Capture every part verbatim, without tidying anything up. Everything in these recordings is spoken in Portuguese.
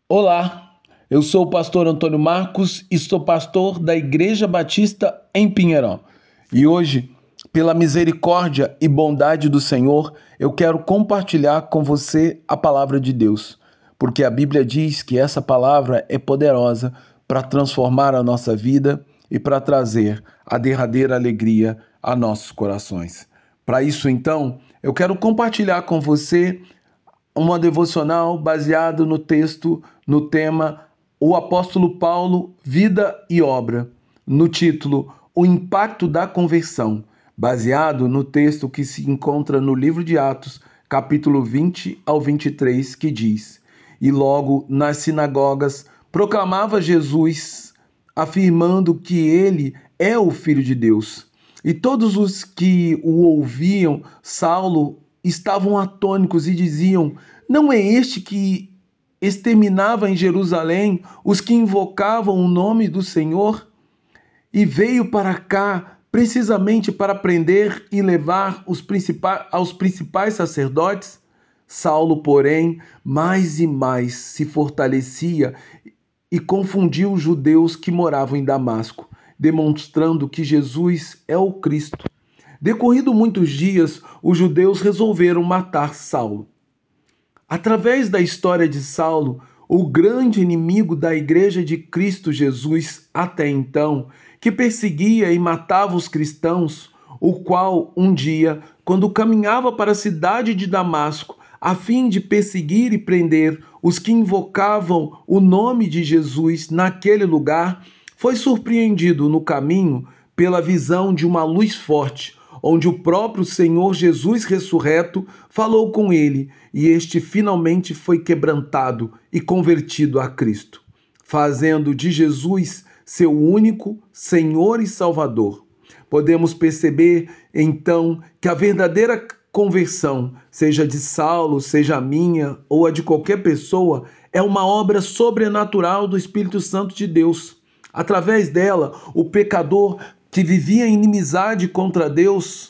Olá, eu sou o pastor Antônio Marcos e sou pastor da Igreja Batista em Pinheirão. E hoje, pela misericórdia e bondade do Senhor, eu quero compartilhar com você a palavra de Deus, porque a Bíblia diz que essa palavra é poderosa para transformar a nossa vida e para trazer a derradeira alegria a nossos corações. Para isso, então, eu quero compartilhar com você uma devocional baseado no texto, no tema O Apóstolo Paulo, Vida e Obra, no título O Impacto da Conversão, baseado no texto que se encontra no livro de Atos, capítulo vinte ao vinte e três, que diz: E logo nas sinagogas proclamava Jesus, afirmando que ele é o Filho de Deus. E todos os que o ouviam, Saulo, estavam atônicos e diziam: Não é este que exterminava em Jerusalém os que invocavam o nome do Senhor? E veio para cá precisamente para prender e levar os principais, aos principais sacerdotes? Saulo, porém, mais e mais se fortalecia e confundiu os judeus que moravam em Damasco, demonstrando que Jesus é o Cristo. Decorrido muitos dias, os judeus resolveram matar Saulo. Através da história de Saulo, o grande inimigo da Igreja de Cristo Jesus até então, que perseguia e matava os cristãos, o qual um dia, quando caminhava para a cidade de Damasco, a fim de perseguir e prender os que invocavam o nome de Jesus naquele lugar, foi surpreendido no caminho pela visão de uma luz forte, onde o próprio Senhor Jesus ressurreto falou com ele, e este finalmente foi quebrantado e convertido a Cristo, fazendo de Jesus seu único Senhor e Salvador. Podemos perceber, então, que a verdadeira conversão, seja de Saulo, seja a minha ou a de qualquer pessoa, é uma obra sobrenatural do Espírito Santo de Deus. Através dela, o pecador que vivia em inimizade contra Deus,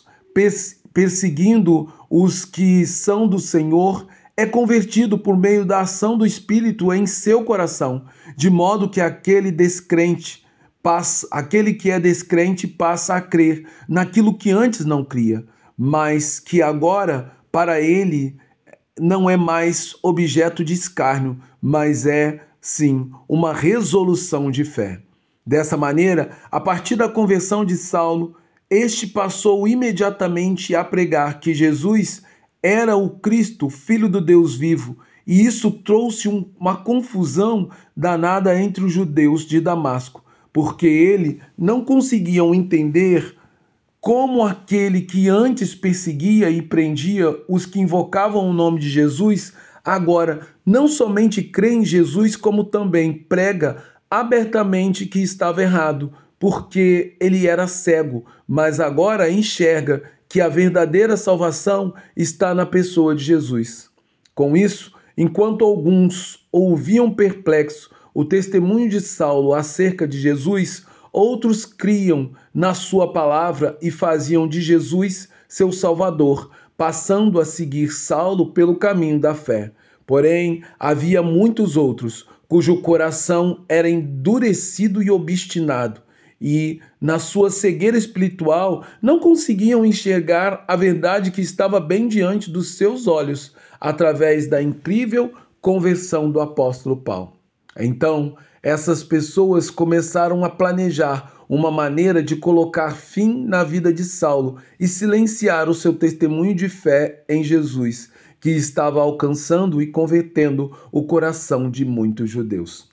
perseguindo os que são do Senhor, é convertido por meio da ação do Espírito em seu coração, de modo que aquele descrente passa, aquele que é descrente passa a crer naquilo que antes não cria, mas que agora para ele não é mais objeto de escárnio, mas é sim uma resolução de fé. Dessa maneira, a partir da conversão de Saulo, este passou imediatamente a pregar que Jesus era o Cristo, Filho do Deus vivo, e isso trouxe um, uma confusão danada entre os judeus de Damasco, porque eles não conseguiam entender como aquele que antes perseguia e prendia os que invocavam o nome de Jesus, agora não somente crê em Jesus, como também prega abertamente que estava errado, porque ele era cego, mas agora enxerga que a verdadeira salvação está na pessoa de Jesus. Com isso, enquanto alguns ouviam perplexos o testemunho de Saulo acerca de Jesus, outros criam na sua palavra e faziam de Jesus seu Salvador, passando a seguir Saulo pelo caminho da fé. Porém, havia muitos outros cujo coração era endurecido e obstinado, e, na sua cegueira espiritual, não conseguiam enxergar a verdade que estava bem diante dos seus olhos, através da incrível conversão do apóstolo Paulo. Então, essas pessoas começaram a planejar uma maneira de colocar fim na vida de Saulo e silenciar o seu testemunho de fé em Jesus, que estava alcançando e convertendo o coração de muitos judeus.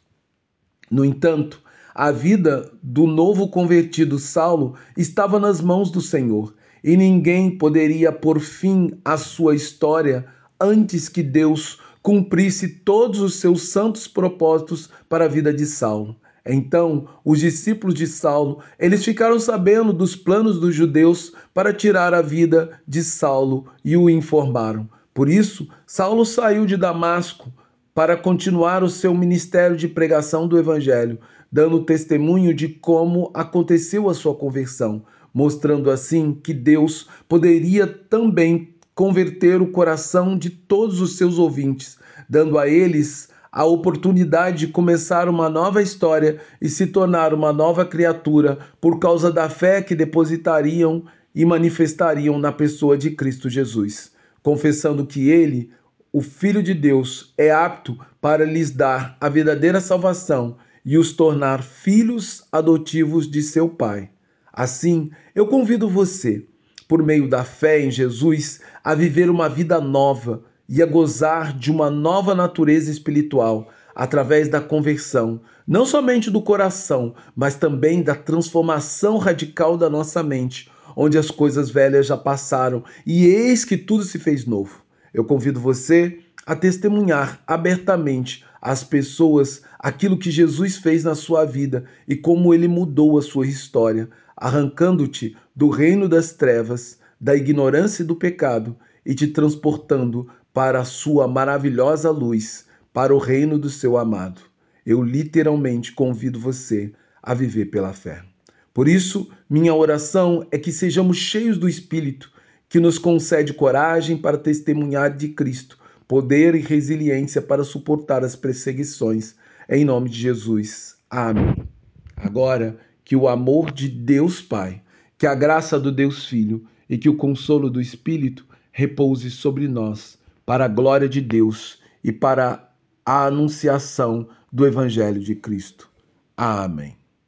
No entanto, a vida do novo convertido Saulo estava nas mãos do Senhor, e ninguém poderia pôr fim à sua história antes que Deus cumprisse todos os seus santos propósitos para a vida de Saulo. Então, os discípulos de Saulo, eles ficaram sabendo dos planos dos judeus para tirar a vida de Saulo e o informaram. Por isso, Saulo saiu de Damasco para continuar o seu ministério de pregação do Evangelho, dando testemunho de como aconteceu a sua conversão, mostrando assim que Deus poderia também converter o coração de todos os seus ouvintes, dando a eles a oportunidade de começar uma nova história e se tornar uma nova criatura por causa da fé que depositariam e manifestariam na pessoa de Cristo Jesus, confessando que Ele, o Filho de Deus, é apto para lhes dar a verdadeira salvação e os tornar filhos adotivos de seu Pai. Assim, eu convido você, por meio da fé em Jesus, a viver uma vida nova e a gozar de uma nova natureza espiritual através da conversão, não somente do coração, mas também da transformação radical da nossa mente, onde as coisas velhas já passaram e eis que tudo se fez novo. Eu convido você a testemunhar abertamente às pessoas aquilo que Jesus fez na sua vida e como ele mudou a sua história, arrancando-te do reino das trevas, da ignorância e do pecado e te transportando para a sua maravilhosa luz, para o reino do seu amado. Eu literalmente convido você a viver pela fé. Por isso, minha oração é que sejamos cheios do Espírito, que nos concede coragem para testemunhar de Cristo, poder e resiliência para suportar as perseguições. Em nome de Jesus. Amém. Agora, que o amor de Deus Pai, que a graça do Deus Filho e que o consolo do Espírito repouse sobre nós, para a glória de Deus e para a anunciação do Evangelho de Cristo. Amém.